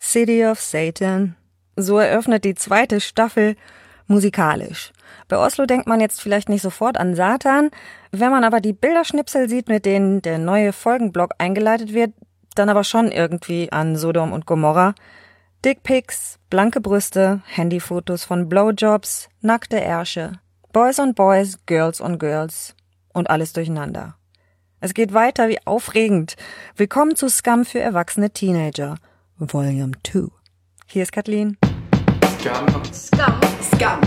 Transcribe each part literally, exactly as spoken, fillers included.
City of Satan. So eröffnet die zweite Staffel musikalisch. Bei Oslo denkt man jetzt vielleicht nicht sofort an Satan. Wenn man aber die Bilderschnipsel sieht, mit denen der neue Folgenblock eingeleitet wird, dann aber schon irgendwie an Sodom und Gomorra. Dickpics, blanke Brüste, Handyfotos von Blowjobs, nackte Ärsche, Boys on Boys, Girls on Girls und alles durcheinander. Es geht weiter wie aufregend. Willkommen zu Scum für erwachsene Teenager, Volume zwei. Hier ist Kathleen. Scum. Scum. Scum.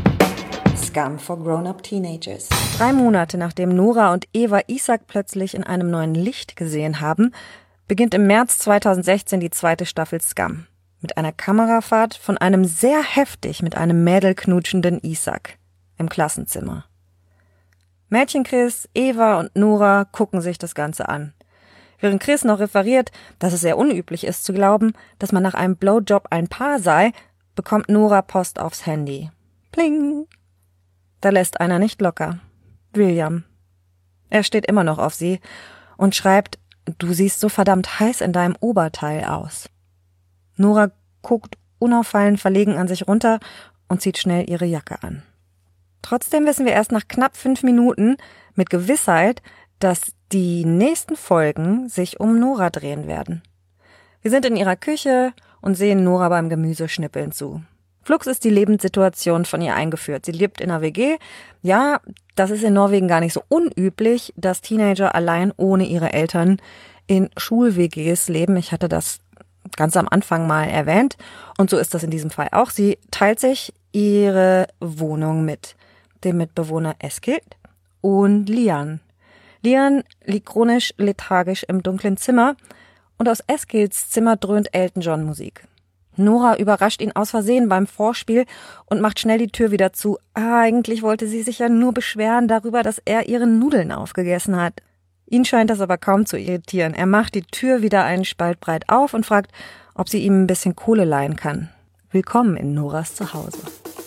Scum for Grown-Up Teenagers. Drei Monate nachdem Nora und Eva Isaac plötzlich in einem neuen Licht gesehen haben, beginnt im März zweitausendsechzehn die zweite Staffel Scum. Mit einer Kamerafahrt von einem sehr heftig mit einem Mädel knutschenden Isaac im Klassenzimmer. Mädchen Chris, Eva und Nora gucken sich das Ganze an. Während Chris noch referiert, dass es sehr unüblich ist zu glauben, dass man nach einem Blowjob ein Paar sei, bekommt Nora Post aufs Handy. Pling! Da lässt einer nicht locker. William. Er steht immer noch auf sie und schreibt: Du siehst so verdammt heiß in deinem Oberteil aus. Nora guckt unauffallend verlegen an sich runter und zieht schnell ihre Jacke an. Trotzdem wissen wir erst nach knapp fünf Minuten mit Gewissheit, dass die nächsten Folgen sich um Nora drehen werden. Wir sind in ihrer Küche und sehen Nora beim Gemüseschnippeln zu. Flugs ist die Lebenssituation von ihr eingeführt. Sie lebt in einer W G. Ja, das ist in Norwegen gar nicht so unüblich, dass Teenager allein ohne ihre Eltern in Schul-W Gs leben. Ich hatte das ganz am Anfang mal erwähnt. Und so ist das in diesem Fall auch. Sie teilt sich ihre Wohnung mit dem Mitbewohner Eskild und Lian. Lian liegt chronisch lethargisch im dunklen Zimmer und aus Eskilds Zimmer dröhnt Elton John Musik. Nora überrascht ihn aus Versehen beim Vorspiel und macht schnell die Tür wieder zu. Ah, eigentlich wollte sie sich ja nur beschweren darüber, dass er ihre Nudeln aufgegessen hat. Ihn scheint das aber kaum zu irritieren. Er macht die Tür wieder einen Spalt breit auf und fragt, ob sie ihm ein bisschen Kohle leihen kann. Willkommen in Noras Zuhause.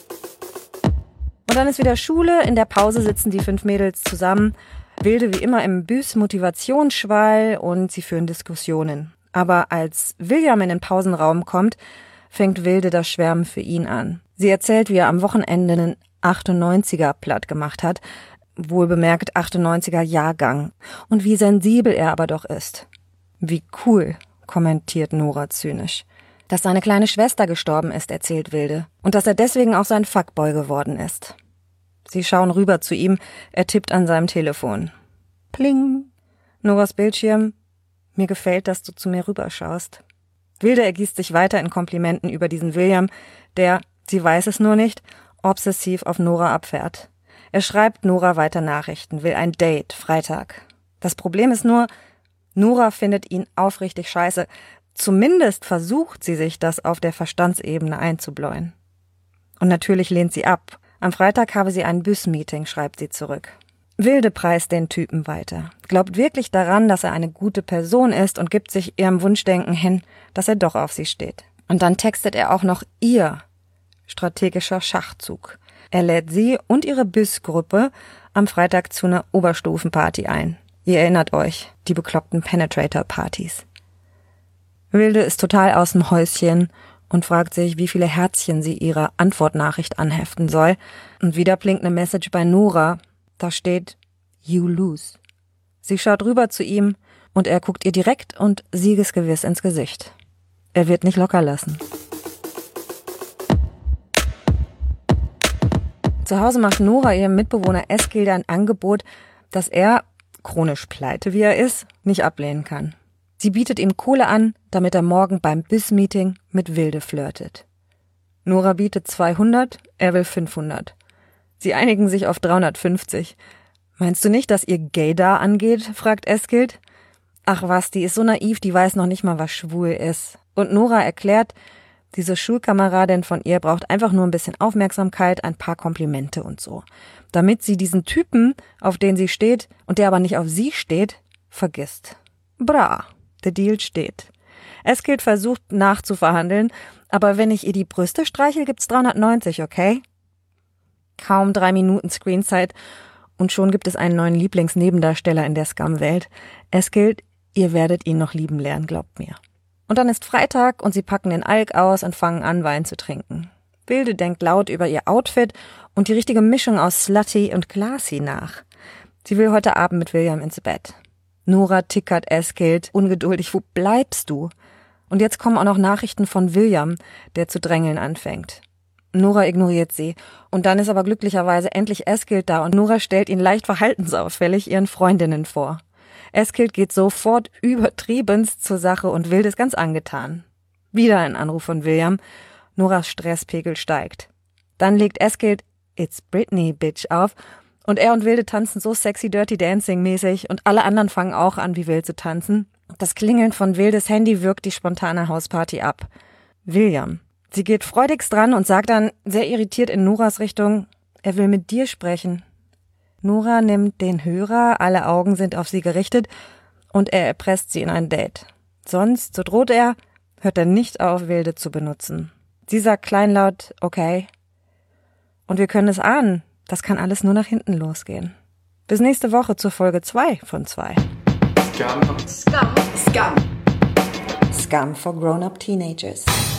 Und dann ist wieder Schule. In der Pause sitzen die fünf Mädels zusammen. Wilde wie immer im Büs Motivationsschwall und sie führen Diskussionen. Aber als William in den Pausenraum kommt, fängt Wilde das Schwärmen für ihn an. Sie erzählt, wie er am Wochenende einen achtundneunziger platt gemacht hat, wohlbemerkt achtundneunziger Jahrgang, und wie sensibel er aber doch ist. Wie cool, kommentiert Nora zynisch. Dass seine kleine Schwester gestorben ist, erzählt Wilde, und dass er deswegen auch sein Fuckboy geworden ist. Sie schauen rüber zu ihm, er tippt an seinem Telefon. Pling! Noras Bildschirm. Mir gefällt, dass du zu mir rüberschaust. Wilde ergießt sich weiter in Komplimenten über diesen William, der, sie weiß es nur nicht, obsessiv auf Nora abfährt. Er schreibt Nora weiter Nachrichten, will ein Date, Freitag. Das Problem ist nur, Nora findet ihn aufrichtig scheiße. Zumindest versucht sie sich das auf der Verstandsebene einzubläuen. Und natürlich lehnt sie ab. Am Freitag habe sie ein Bus-Meeting, schreibt sie zurück. Wilde preist den Typen weiter, glaubt wirklich daran, dass er eine gute Person ist und gibt sich ihrem Wunschdenken hin, dass er doch auf sie steht. Und dann textet er auch noch ihr strategischer Schachzug. Er lädt sie und ihre Bus-Gruppe am Freitag zu einer Oberstufenparty ein. Ihr erinnert euch, die bekloppten Penetrator-Partys. Wilde ist total aus dem Häuschen und fragt sich, wie viele Herzchen sie ihrer Antwortnachricht anheften soll. Und wieder blinkt eine Message bei Nora. Da steht, you lose. Sie schaut rüber zu ihm und er guckt ihr direkt und siegesgewiss ins Gesicht. Er wird nicht locker lassen. Zu Hause macht Nora ihrem Mitbewohner Eskild ein Angebot, das er, chronisch pleite wie er ist, nicht ablehnen kann. Sie bietet ihm Kohle an, damit er morgen beim Bus-Meeting mit Wilde flirtet. Nora bietet zweihundert, er will fünfhundert. Sie einigen sich auf dreihundertfünfzig. Meinst du nicht, dass ihr Gaydar angeht? Fragt Eskild. Ach was, die ist so naiv, die weiß noch nicht mal, was schwul ist. Und Nora erklärt, diese Schulkameradin von ihr braucht einfach nur ein bisschen Aufmerksamkeit, ein paar Komplimente und so. Damit sie diesen Typen, auf den sie steht und der aber nicht auf sie steht, vergisst. Bra, der Deal steht. Eskild versucht nachzuverhandeln, aber wenn ich ihr die Brüste streichel, gibt's dreihundertneunzig, okay? Kaum drei Minuten Screenzeit und schon gibt es einen neuen Lieblingsnebendarsteller in der Scum-Welt. Eskild, ihr werdet ihn noch lieben lernen, glaubt mir. Und dann ist Freitag und sie packen den Alk aus und fangen an, Wein zu trinken. Wilde denkt laut über ihr Outfit und die richtige Mischung aus slutty und classy nach. Sie will heute Abend mit William ins Bett. Nora tickert Eskild ungeduldig, wo bleibst du? Und jetzt kommen auch noch Nachrichten von William, der zu drängeln anfängt. Nora ignoriert sie. Und dann ist aber glücklicherweise endlich Eskild da und Nora stellt ihn leicht verhaltensauffällig ihren Freundinnen vor. Eskild geht sofort übertriebenst zur Sache und Wilde ist ganz angetan. Wieder ein Anruf von William. Noras Stresspegel steigt. Dann legt Eskild It's Britney, Bitch auf und er und Wilde tanzen so sexy Dirty Dancing mäßig und alle anderen fangen auch an, wie wild zu tanzen. Das Klingeln von Wildes Handy wirkt die spontane Hausparty ab. William. Sie geht freudigst dran und sagt dann, sehr irritiert in Noras Richtung, er will mit dir sprechen. Nora nimmt den Hörer, alle Augen sind auf sie gerichtet und er erpresst sie in ein Date. Sonst, so droht er, hört er nicht auf, Wilde zu benutzen. Sie sagt kleinlaut, okay. Und wir können es ahnen, das kann alles nur nach hinten losgehen. Bis nächste Woche zur Folge zwei von zwei. Scum. Scum. Scum. Scum for Grown-Up Teenagers.